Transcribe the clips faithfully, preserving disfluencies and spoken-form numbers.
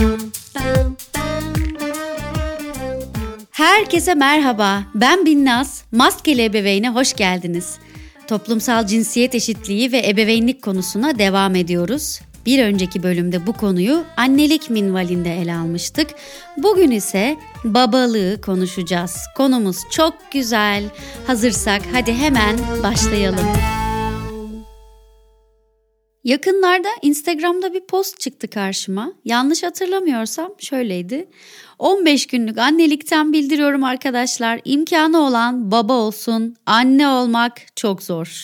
Herkese merhaba, ben Binnaz, Maskeli Ebeveyne hoş geldiniz. Toplumsal cinsiyet eşitliği ve ebeveynlik konusuna devam ediyoruz. Bir önceki bölümde bu konuyu annelik minvalinde ele almıştık. Bugün ise babalığı konuşacağız. Konumuz çok güzel. Hazırsak hadi hemen başlayalım. Yakınlarda Instagram'da bir post çıktı karşıma. Yanlış hatırlamıyorsam şöyleydi. on beş günlük annelikten bildiriyorum arkadaşlar. İmkanı olan baba olsun, anne olmak çok zor.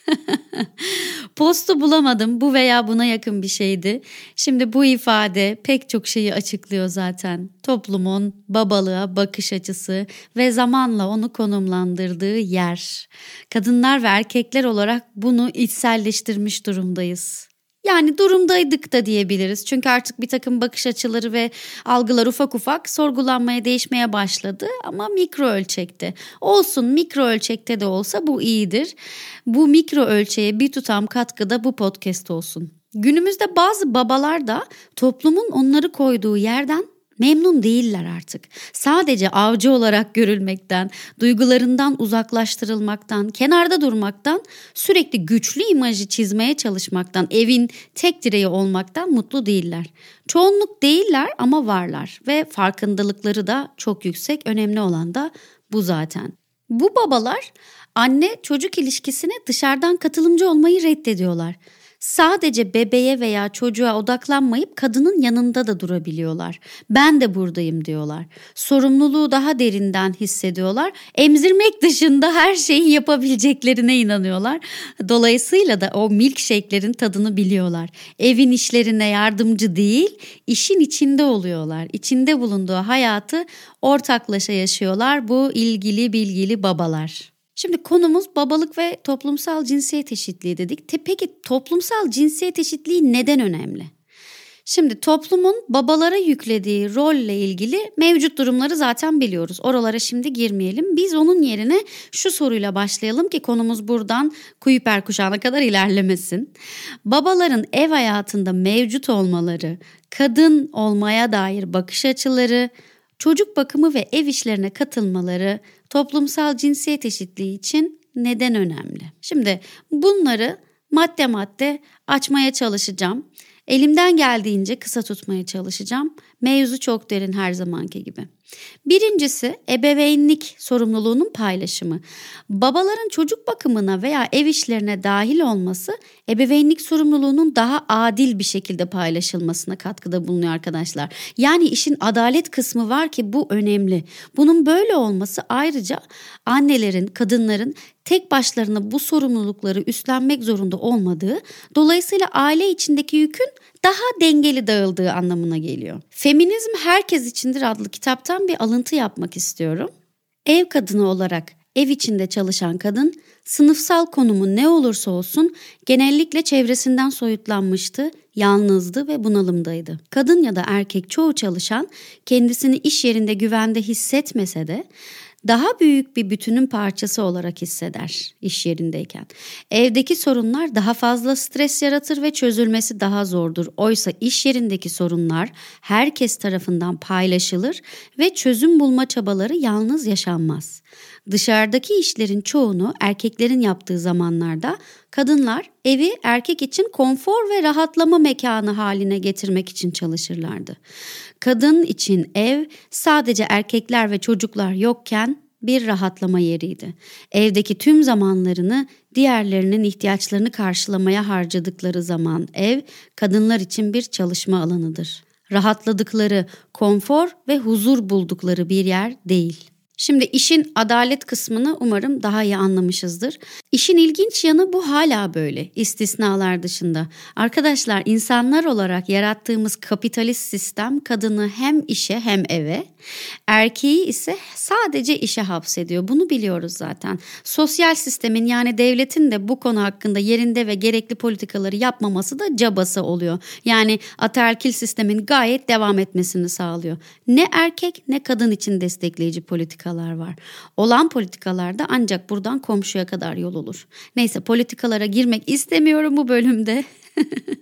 Postu bulamadım. Bu veya buna yakın bir şeydi. Şimdi bu ifade pek çok şeyi açıklıyor zaten. Toplumun babalığa bakış açısı ve zamanla onu konumlandırdığı yer. Kadınlar ve erkekler olarak bunu içselleştirmiş durumdayız. Yani durumdaydık da diyebiliriz. Çünkü artık bir takım bakış açıları ve algılar ufak ufak sorgulanmaya, değişmeye başladı. Ama mikro ölçekte. Olsun, mikro ölçekte de olsa bu iyidir. Bu mikro ölçeğe bir tutam katkıda bu podcast olsun. Günümüzde bazı babalar da toplumun onları koyduğu yerden memnun değiller artık. Sadece avcı olarak görülmekten, duygularından uzaklaştırılmaktan, kenarda durmaktan, sürekli güçlü imajı çizmeye çalışmaktan, evin tek direği olmaktan mutlu değiller. Çoğunluk değiller ama varlar ve farkındalıkları da çok yüksek. Önemli olan da bu zaten. Bu babalar anne çocuk ilişkisine dışarıdan katılımcı olmayı reddediyorlar. Sadece bebeğe veya çocuğa odaklanmayıp kadının yanında da durabiliyorlar. Ben de buradayım diyorlar. Sorumluluğu daha derinden hissediyorlar. Emzirmek dışında her şeyi yapabileceklerine inanıyorlar. Dolayısıyla da o milkshake'lerin tadını biliyorlar. Evin işlerine yardımcı değil, işin içinde oluyorlar. İçinde bulunduğu hayatı ortaklaşa yaşıyorlar bu ilgili bilgili babalar. Şimdi konumuz babalık ve toplumsal cinsiyet eşitliği dedik. Peki toplumsal cinsiyet eşitliği neden önemli? Şimdi toplumun babalara yüklediği rolle ilgili mevcut durumları zaten biliyoruz. Oralara şimdi girmeyelim. Biz onun yerine şu soruyla başlayalım ki konumuz buradan Kuyuper kuşağına kadar ilerlemesin. Babaların ev hayatında mevcut olmaları, kadın olmaya dair bakış açıları, çocuk bakımı ve ev işlerine katılmaları toplumsal cinsiyet eşitliği için neden önemli? Şimdi bunları madde madde açmaya çalışacağım. Elimden geldiğince kısa tutmaya çalışacağım. Mevzu çok derin her zamanki gibi. Birincisi ebeveynlik sorumluluğunun paylaşımı. Babaların çocuk bakımına veya ev işlerine dahil olması ebeveynlik sorumluluğunun daha adil bir şekilde paylaşılmasına katkıda bulunuyor arkadaşlar. Yani işin adalet kısmı var ki bu önemli. Bunun böyle olması ayrıca annelerin, kadınların tek başlarına bu sorumlulukları üstlenmek zorunda olmadığı, dolayısıyla aile içindeki yükün daha dengeli dağıldığı anlamına geliyor. Feminizm Herkes İçindir adlı kitaptan bir alıntı yapmak istiyorum. Ev kadını olarak ev içinde çalışan kadın, sınıfsal konumu ne olursa olsun genellikle çevresinden soyutlanmıştı, yalnızdı ve bunalımdaydı. Kadın ya da erkek çoğu çalışan kendisini iş yerinde güvende hissetmese de daha büyük bir bütünün parçası olarak hisseder iş yerindeyken. Evdeki sorunlar daha fazla stres yaratır ve çözülmesi daha zordur. Oysa iş yerindeki sorunlar herkes tarafından paylaşılır ve çözüm bulma çabaları yalnız yaşanmaz. Dışarıdaki işlerin çoğunu erkeklerin yaptığı zamanlarda kadınlar evi erkek için konfor ve rahatlama mekanı haline getirmek için çalışırlardı. Kadın için ev sadece erkekler ve çocuklar yokken bir rahatlama yeriydi. Evdeki tüm zamanlarını diğerlerinin ihtiyaçlarını karşılamaya harcadıkları zaman ev kadınlar için bir çalışma alanıdır. Rahatladıkları, konfor ve huzur buldukları bir yer değil. Şimdi işin adalet kısmını umarım daha iyi anlamışızdır. İşin ilginç yanı bu hala böyle, istisnalar dışında. Arkadaşlar, insanlar olarak yarattığımız kapitalist sistem kadını hem işe hem eve, erkeği ise sadece işe hapsediyor. Bunu biliyoruz zaten. Sosyal sistemin, yani devletin de bu konu hakkında yerinde ve gerekli politikaları yapmaması da cabası oluyor. Yani ataerkil sistemin gayet devam etmesini sağlıyor. Ne erkek ne kadın için destekleyici politikalar var. Olan politikalarda ancak buradan komşuya kadar yol olur. Neyse, politikalara girmek istemiyorum bu bölümde.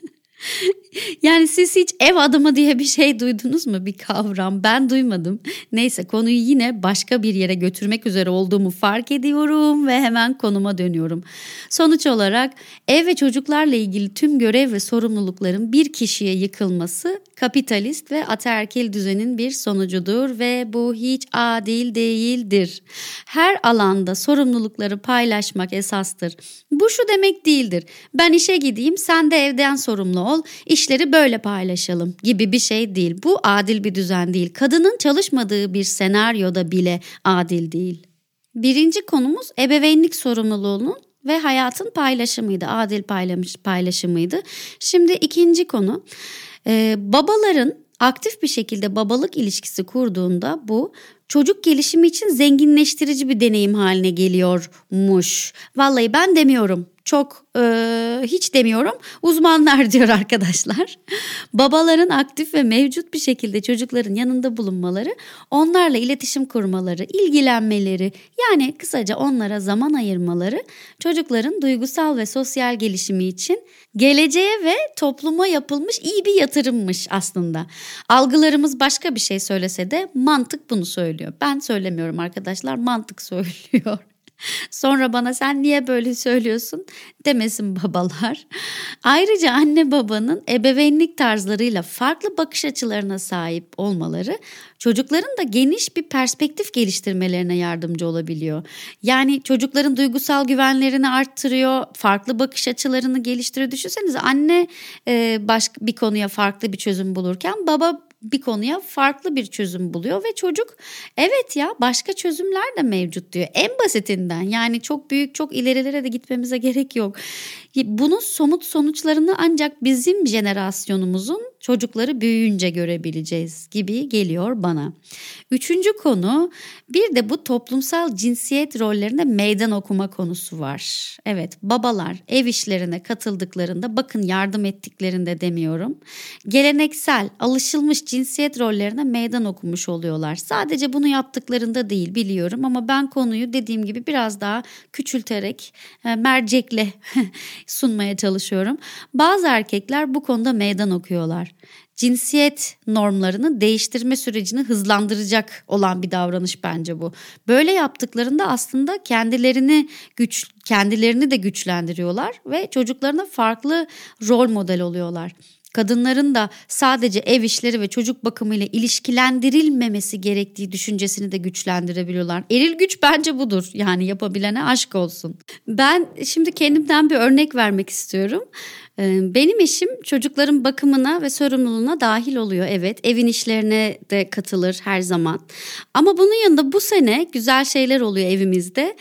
Yani siz hiç ev adamı diye bir şey duydunuz mu? Bir kavram. Ben duymadım. Neyse, konuyu yine başka bir yere götürmek üzere olduğumu fark ediyorum ve hemen konuma dönüyorum. Sonuç olarak ev ve çocuklarla ilgili tüm görev ve sorumlulukların bir kişiye yıkılması kapitalist ve ataerkil düzenin bir sonucudur ve bu hiç adil değildir. Her alanda sorumlulukları paylaşmak esastır. Bu şu demek değildir: ben işe gideyim, sen de evden sorumlu ol, işleri böyle paylaşalım gibi bir şey değil. Bu adil bir düzen değil. Kadının çalışmadığı bir senaryoda bile adil değil. Birinci konumuz ebeveynlik sorumluluğunun ve hayatın paylaşımıydı, adil paylaşımıydı. Şimdi ikinci konu, ee, babaların aktif bir şekilde babalık ilişkisi kurduğunda bu çocuk gelişimi için zenginleştirici bir deneyim haline geliyormuş. Vallahi ben demiyorum. Çok e, hiç demiyorum. Uzmanlar diyor arkadaşlar. Babaların aktif ve mevcut bir şekilde çocukların yanında bulunmaları, onlarla iletişim kurmaları, ilgilenmeleri, yani kısaca onlara zaman ayırmaları çocukların duygusal ve sosyal gelişimi için geleceğe ve topluma yapılmış iyi bir yatırımmış aslında. Algılarımız başka bir şey söylese de mantık bunu söylüyor. Ben söylemiyorum arkadaşlar, mantık söylüyor. Sonra bana sen niye böyle söylüyorsun demesin babalar. Ayrıca anne babanın ebeveynlik tarzlarıyla farklı bakış açılarına sahip olmaları çocukların da geniş bir perspektif geliştirmelerine yardımcı olabiliyor. Yani çocukların duygusal güvenlerini arttırıyor, farklı bakış açılarını geliştiriyor. Düşünsenize, anne e, başka bir konuya farklı bir çözüm bulurken baba bir konuya farklı bir çözüm buluyor ve çocuk evet ya başka çözümler de mevcut diyor. En basitinden, yani çok büyük, çok ilerilere de gitmemize gerek yok. Bunun somut sonuçlarını ancak bizim jenerasyonumuzun çocukları büyüyünce görebileceğiz gibi geliyor bana. Üçüncü konu, bir de bu toplumsal cinsiyet rollerine meydan okuma konusu var. Evet, babalar ev işlerine katıldıklarında, bakın yardım ettiklerinde demiyorum, geleneksel, alışılmış cinsiyet rollerine meydan okumuş oluyorlar. Sadece bunu yaptıklarında değil biliyorum, ama ben konuyu dediğim gibi biraz daha küçülterek, mercekle sunmaya çalışıyorum. Bazı erkekler bu konuda meydan okuyorlar. Cinsiyet normlarını değiştirme sürecini hızlandıracak olan bir davranış bence bu. Böyle yaptıklarında aslında kendilerini güç kendilerini de güçlendiriyorlar ve çocuklarına farklı rol model oluyorlar. Kadınların da sadece ev işleri ve çocuk bakımıyla ilişkilendirilmemesi gerektiği düşüncesini de güçlendirebiliyorlar. Eril güç bence budur. Yani yapabilene aşk olsun. Ben şimdi kendimden bir örnek vermek istiyorum. Benim eşim çocukların bakımına ve sorumluluğuna dahil oluyor. Evet, evin işlerine de katılır her zaman. Ama bunun yanında bu sene güzel şeyler oluyor evimizde.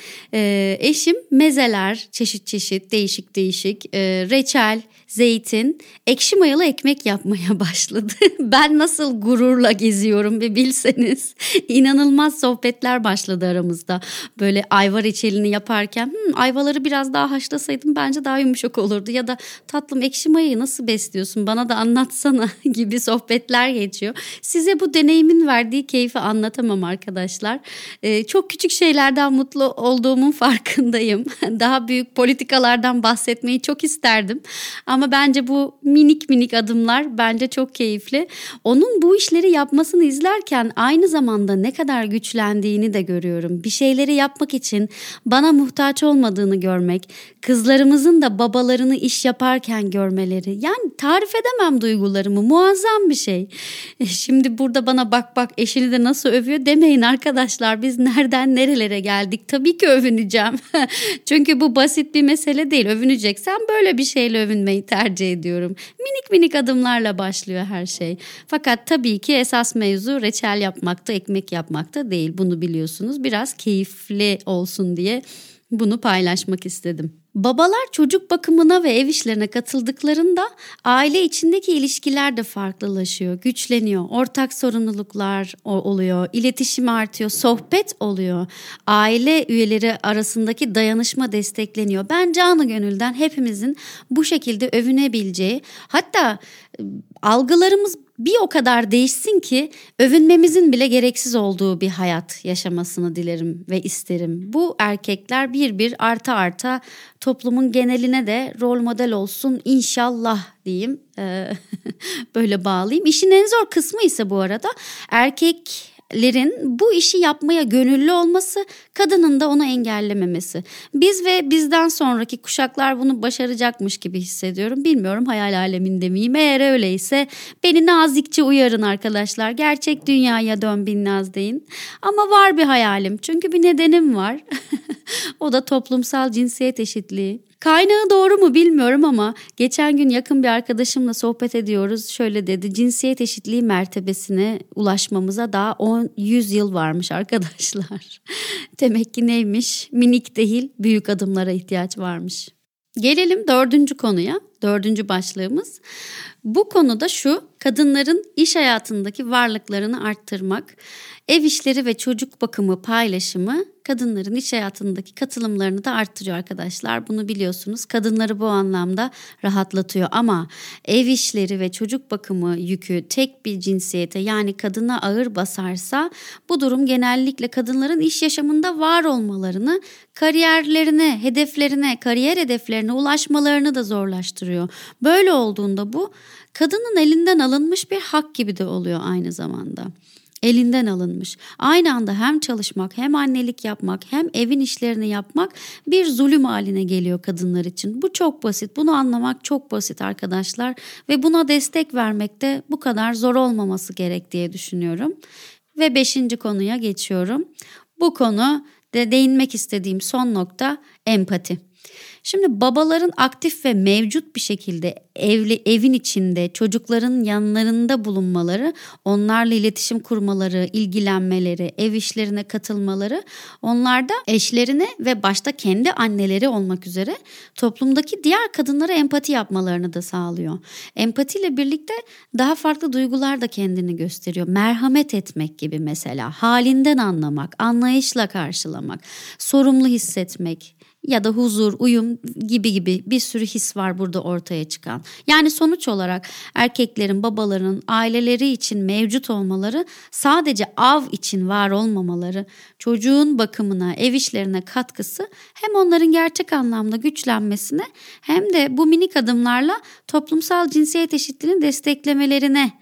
Eşim mezeler, çeşit çeşit, değişik değişik, reçel, zeytin, ekşi mayalı ekmek yapmaya başladı. Ben nasıl gururla geziyorum bir bilseniz. İnanılmaz sohbetler başladı aramızda. Böyle ayva reçelini yaparken Hm, ayvaları biraz daha haşlasaydım bence daha yumuşak olurdu. Ya da tatlım ekşi mayayı nasıl besliyorsun, bana da anlatsana gibi sohbetler geçiyor. Size bu deneyimin verdiği keyfi anlatamam arkadaşlar. Ee, çok küçük şeylerden mutlu olduğumun farkındayım. Daha büyük politikalardan bahsetmeyi çok isterdim. Ama Ama bence bu minik minik adımlar bence çok keyifli. Onun bu işleri yapmasını izlerken aynı zamanda ne kadar güçlendiğini de görüyorum. Bir şeyleri yapmak için bana muhtaç olmadığını görmek, kızlarımızın da babalarını iş yaparken görmeleri. Yani tarif edemem duygularımı, muazzam bir şey. Şimdi burada bana bak bak eşini de nasıl övüyor demeyin arkadaşlar. Biz nereden nerelere geldik? Tabii ki övüneceğim. Çünkü bu basit bir mesele değil. Övüneceksem böyle bir şeyle övünmeyi tercih ediyorum. Minik minik adımlarla başlıyor her şey. Fakat tabii ki esas mevzu reçel yapmakta, ekmek yapmakta değil. Bunu biliyorsunuz. Biraz keyifli olsun diye bunu paylaşmak istedim. Babalar çocuk bakımına ve ev işlerine katıldıklarında aile içindeki ilişkiler de farklılaşıyor, güçleniyor. Ortak sorumluluklar oluyor, iletişim artıyor, sohbet oluyor. Aile üyeleri arasındaki dayanışma destekleniyor. Ben canı gönülden hepimizin bu şekilde övünebileceği, hatta algılarımız bir o kadar değişsin ki övünmemizin bile gereksiz olduğu bir hayat yaşamasını dilerim ve isterim. Bu erkekler bir bir arta arta toplumun geneline de rol model olsun inşallah diyeyim. Ee, böyle bağlayayım. İşin en zor kısmı ise bu arada erkeklerin bu işi yapmaya gönüllü olması, kadının da onu engellememesi. Biz ve bizden sonraki kuşaklar bunu başaracakmış gibi hissediyorum. Bilmiyorum, hayal aleminde miyim? Eğer öyleyse beni nazikçe uyarın arkadaşlar. Gerçek dünyaya dön Binnaz deyin. Ama var bir hayalim. Çünkü bir nedenim var. O da toplumsal cinsiyet eşitliği. Kaynağı doğru mu bilmiyorum ama geçen gün yakın bir arkadaşımla sohbet ediyoruz. Şöyle dedi: cinsiyet eşitliği mertebesine ulaşmamıza daha on yüz yıl varmış arkadaşlar. Demek ki neymiş? Minik değil, büyük adımlara ihtiyaç varmış. Gelelim dördüncü konuya. Dördüncü başlığımız. Bu konuda şu: kadınların iş hayatındaki varlıklarını arttırmak, ev işleri ve çocuk bakımı paylaşımı kadınların iş hayatındaki katılımlarını da arttırıyor arkadaşlar. Bunu biliyorsunuz. Kadınları bu anlamda rahatlatıyor ama ev işleri ve çocuk bakımı yükü tek bir cinsiyete, yani kadına ağır basarsa bu durum genellikle kadınların iş yaşamında var olmalarını, kariyerlerine, hedeflerine, kariyer hedeflerine ulaşmalarını da zorlaştırıyor. Böyle olduğunda bu kadının elinden alınmış bir hak gibi de oluyor aynı zamanda. Elinden alınmış. Aynı anda hem çalışmak, hem annelik yapmak, hem evin işlerini yapmak bir zulüm haline geliyor kadınlar için. Bu çok basit. Bunu anlamak çok basit arkadaşlar ve buna destek vermek de bu kadar zor olmaması gerek diye düşünüyorum. Ve beşinci konuya geçiyorum. Bu konu de değinmek istediğim son nokta empati. Şimdi babaların aktif ve mevcut bir şekilde evli, evin içinde çocukların yanlarında bulunmaları, onlarla iletişim kurmaları, ilgilenmeleri, ev işlerine katılmaları, onlarda eşlerine ve başta kendi anneleri olmak üzere toplumdaki diğer kadınlara empati yapmalarını da sağlıyor. Empatiyle birlikte daha farklı duygular da kendini gösteriyor. Merhamet etmek gibi mesela, halinden anlamak, anlayışla karşılamak, sorumlu hissetmek ya da huzur, uyum gibi gibi bir sürü his var burada ortaya çıkan. Yani sonuç olarak erkeklerin, babaların aileleri için mevcut olmaları, sadece av için var olmamaları, çocuğun bakımına, ev işlerine katkısı hem onların gerçek anlamda güçlenmesine hem de bu minik adımlarla toplumsal cinsiyet eşitliğini desteklemelerine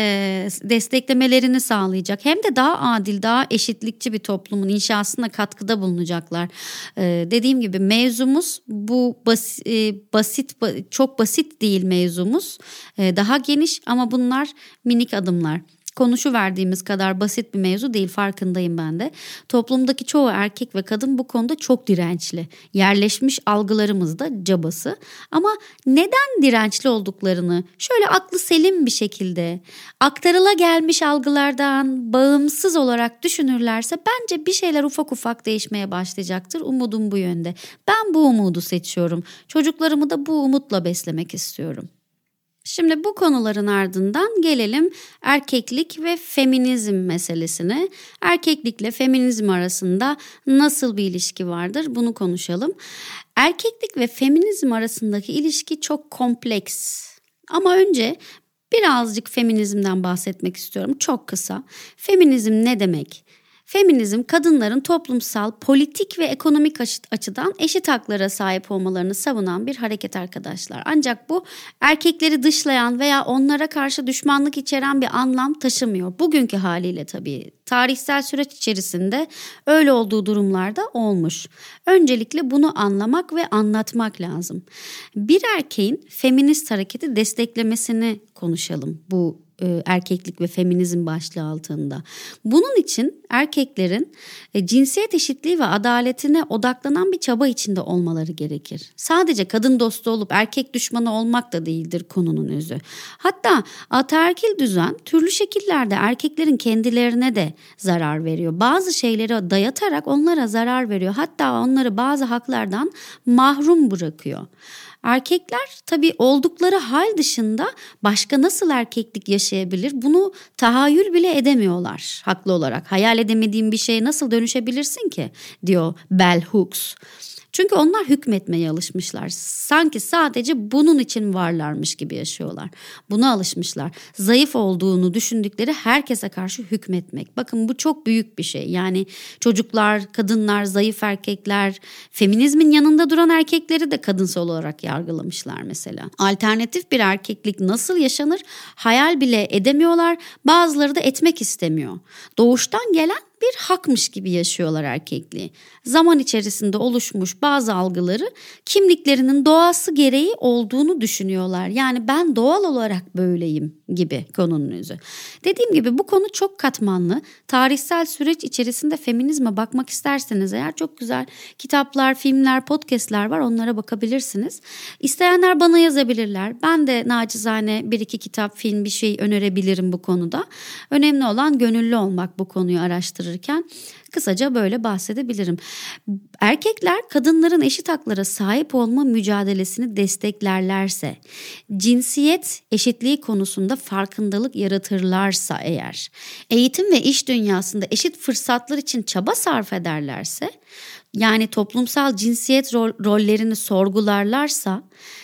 desteklemelerini sağlayacak. Hem de daha adil, daha eşitlikçi bir toplumun inşasına katkıda bulunacaklar. Dediğim gibi mevzumuz bu basit, basit çok basit değil mevzumuz. Daha geniş ama bunlar minik adımlar. Konuşuverdiğimiz kadar basit bir mevzu değil, farkındayım ben de. Toplumdaki çoğu erkek ve kadın bu konuda çok dirençli. Yerleşmiş algılarımız da cabası. Ama neden dirençli olduklarını şöyle aklı selim bir şekilde aktarıla gelmiş algılardan bağımsız olarak düşünürlerse bence bir şeyler ufak ufak değişmeye başlayacaktır. Umudum bu yönde. Ben bu umudu seçiyorum. Çocuklarımı da bu umutla beslemek istiyorum. Şimdi bu konuların ardından gelelim erkeklik ve feminizm meselesine. Erkeklikle feminizm arasında nasıl bir ilişki vardır? Bunu konuşalım. Erkeklik ve feminizm arasındaki ilişki çok kompleks. Ama önce birazcık feminizmden bahsetmek istiyorum. Çok kısa. Feminizm ne demek? Feminizm, kadınların toplumsal, politik ve ekonomik açıdan eşit haklara sahip olmalarını savunan bir hareket arkadaşlar. Ancak bu erkekleri dışlayan veya onlara karşı düşmanlık içeren bir anlam taşımıyor. Bugünkü haliyle tabii. Tarihsel süreç içerisinde öyle olduğu durumlarda olmuş. Öncelikle bunu anlamak ve anlatmak lazım. Bir erkeğin feminist hareketi desteklemesini konuşalım bu erkeklik ve feminizm başlığı altında. Bunun için erkeklerin cinsiyet eşitliği ve adaletine odaklanan bir çaba içinde olmaları gerekir. Sadece kadın dostu olup erkek düşmanı olmak da değildir konunun özü. Hatta ataerkil düzen türlü şekillerde erkeklerin kendilerine de zarar veriyor. Bazı şeyleri dayatarak onlara zarar veriyor. Hatta onları bazı haklardan mahrum bırakıyor. Erkekler tabii oldukları hal dışında başka nasıl erkeklik yaşayabilir? Bunu tahayyül bile edemiyorlar haklı olarak. Hayal edemediğin bir şeye nasıl dönüşebilirsin ki? Diyor Bell Hooks. Çünkü onlar hükmetmeye alışmışlar. Sanki sadece bunun için varlarmış gibi yaşıyorlar. Buna alışmışlar. Zayıf olduğunu düşündükleri herkese karşı hükmetmek. Bakın bu çok büyük bir şey. Yani çocuklar, kadınlar, zayıf erkekler, feminizmin yanında duran erkekleri de kadınsal olarak yargılamışlar mesela. Alternatif bir erkeklik nasıl yaşanır hayal bile edemiyorlar. Bazıları da etmek istemiyor. Doğuştan gelen bir hakmış gibi yaşıyorlar erkekliği. Zaman içerisinde oluşmuş bazı algıları kimliklerinin doğası gereği olduğunu düşünüyorlar. Yani ben doğal olarak böyleyim gibi konunun özü. Dediğim gibi bu konu çok katmanlı. Tarihsel süreç içerisinde feminizme bakmak isterseniz eğer çok güzel kitaplar, filmler, podcastler var, onlara bakabilirsiniz. İsteyenler bana yazabilirler. Ben de nacizane bir iki kitap, film bir şey önerebilirim bu konuda. Önemli olan gönüllü olmak bu konuyu araştırırken. Kısaca böyle bahsedebilirim. Erkekler kadınların eşit haklara sahip olma mücadelesini desteklerlerse, cinsiyet eşitliği konusunda farkındalık yaratırlarsa eğer, eğitim ve iş dünyasında eşit fırsatlar için çaba sarf ederlerse, yani toplumsal cinsiyet rol, rollerini sorgularlarsa,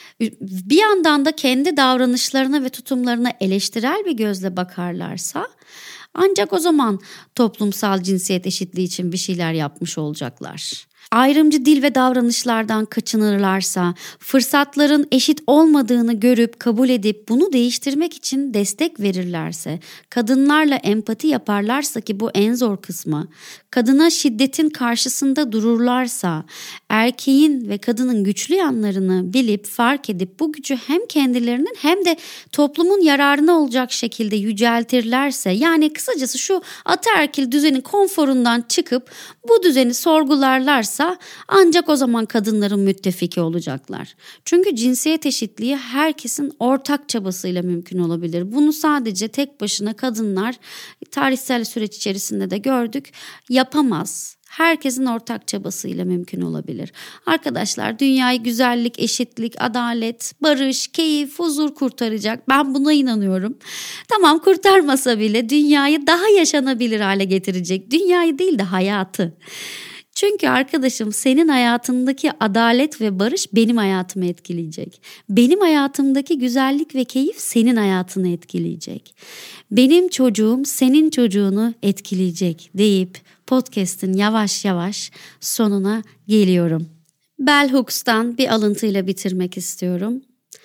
bir yandan da kendi davranışlarına ve tutumlarına eleştirel bir gözle bakarlarsa, ancak o zaman toplumsal cinsiyet eşitliği için bir şeyler yapmış olacaklar. Ayrımcı dil ve davranışlardan kaçınırlarsa, fırsatların eşit olmadığını görüp kabul edip bunu değiştirmek için destek verirlerse, kadınlarla empati yaparlarsa ki bu en zor kısmı, kadına şiddetin karşısında dururlarsa, erkeğin ve kadının güçlü yanlarını bilip fark edip bu gücü hem kendilerinin hem de toplumun yararına olacak şekilde yüceltirlerse, yani kısacası şu ataerkil düzenin konforundan çıkıp bu düzeni sorgularlarsa ancak o zaman kadınların müttefiki olacaklar. Çünkü cinsiyet eşitliği herkesin ortak çabasıyla mümkün olabilir. Bunu sadece tek başına kadınlar tarihsel süreç içerisinde de gördük, yapamaz. Herkesin ortak çabasıyla mümkün olabilir. Arkadaşlar, dünyayı güzellik, eşitlik, adalet, barış, keyif, huzur kurtaracak. Ben buna inanıyorum. Tamam, kurtarmasa bile dünyayı daha yaşanabilir hale getirecek. Dünyayı değil de hayatı. Çünkü arkadaşım, senin hayatındaki adalet ve barış benim hayatımı etkileyecek. Benim hayatımdaki güzellik ve keyif senin hayatını etkileyecek. Benim çocuğum senin çocuğunu etkileyecek deyip podcast'in yavaş yavaş sonuna geliyorum. Bell Hooks'tan bir alıntıyla bitirmek istiyorum.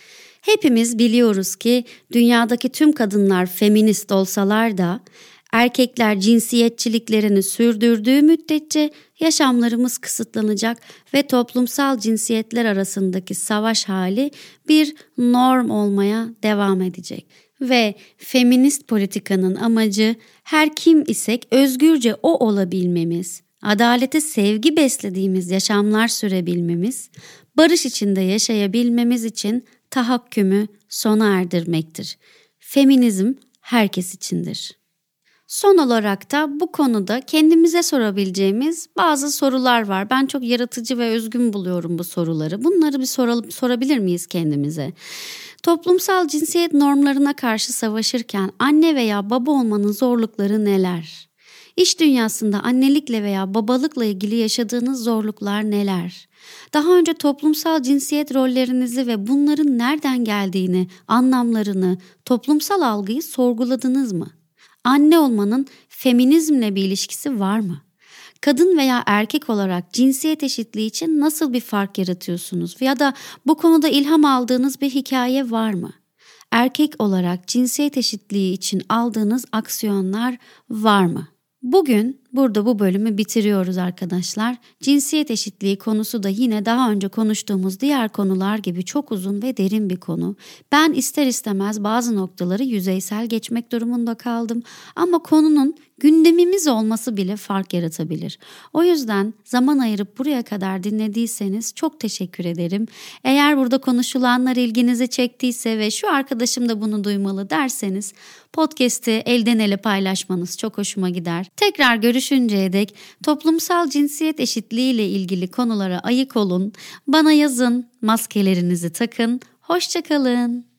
Hepimiz biliyoruz ki dünyadaki tüm kadınlar feminist olsalar da erkekler cinsiyetçiliklerini sürdürdüğü müddetçe yaşamlarımız kısıtlanacak ve toplumsal cinsiyetler arasındaki savaş hali bir norm olmaya devam edecek. Ve feminist politikanın amacı her kim isek özgürce o olabilmemiz, adalete sevgi beslediğimiz yaşamlar sürebilmemiz, barış içinde yaşayabilmemiz için tahakkümü sona erdirmektir. Feminizm herkes içindir. Son olarak da bu konuda kendimize sorabileceğimiz bazı sorular var. Ben çok yaratıcı ve özgün buluyorum bu soruları. Bunları bir soralım, sorabilir miyiz kendimize? Toplumsal cinsiyet normlarına karşı savaşırken anne veya baba olmanın zorlukları neler? İş dünyasında annelikle veya babalıkla ilgili yaşadığınız zorluklar neler? Daha önce toplumsal cinsiyet rollerinizi ve bunların nereden geldiğini, anlamlarını, toplumsal algıyı sorguladınız mı? Anne olmanın feminizmle bir ilişkisi var mı? Kadın veya erkek olarak cinsiyet eşitliği için nasıl bir fark yaratıyorsunuz? Ya da bu konuda ilham aldığınız bir hikaye var mı? Erkek olarak cinsiyet eşitliği için aldığınız aksiyonlar var mı? Bugün burada bu bölümü bitiriyoruz arkadaşlar. Cinsiyet eşitliği konusu da yine daha önce konuştuğumuz diğer konular gibi çok uzun ve derin bir konu. Ben ister istemez bazı noktaları yüzeysel geçmek durumunda kaldım. Ama konunun gündemimiz olması bile fark yaratabilir. O yüzden zaman ayırıp buraya kadar dinlediyseniz çok teşekkür ederim. Eğer burada konuşulanlar ilginizi çektiyse ve şu arkadaşım da bunu duymalı derseniz podcast'i elden ele paylaşmanız çok hoşuma gider. Tekrar görüşünceye dek toplumsal cinsiyet eşitliği ile ilgili konulara ayık olun. Bana yazın, maskelerinizi takın. Hoşça kalın.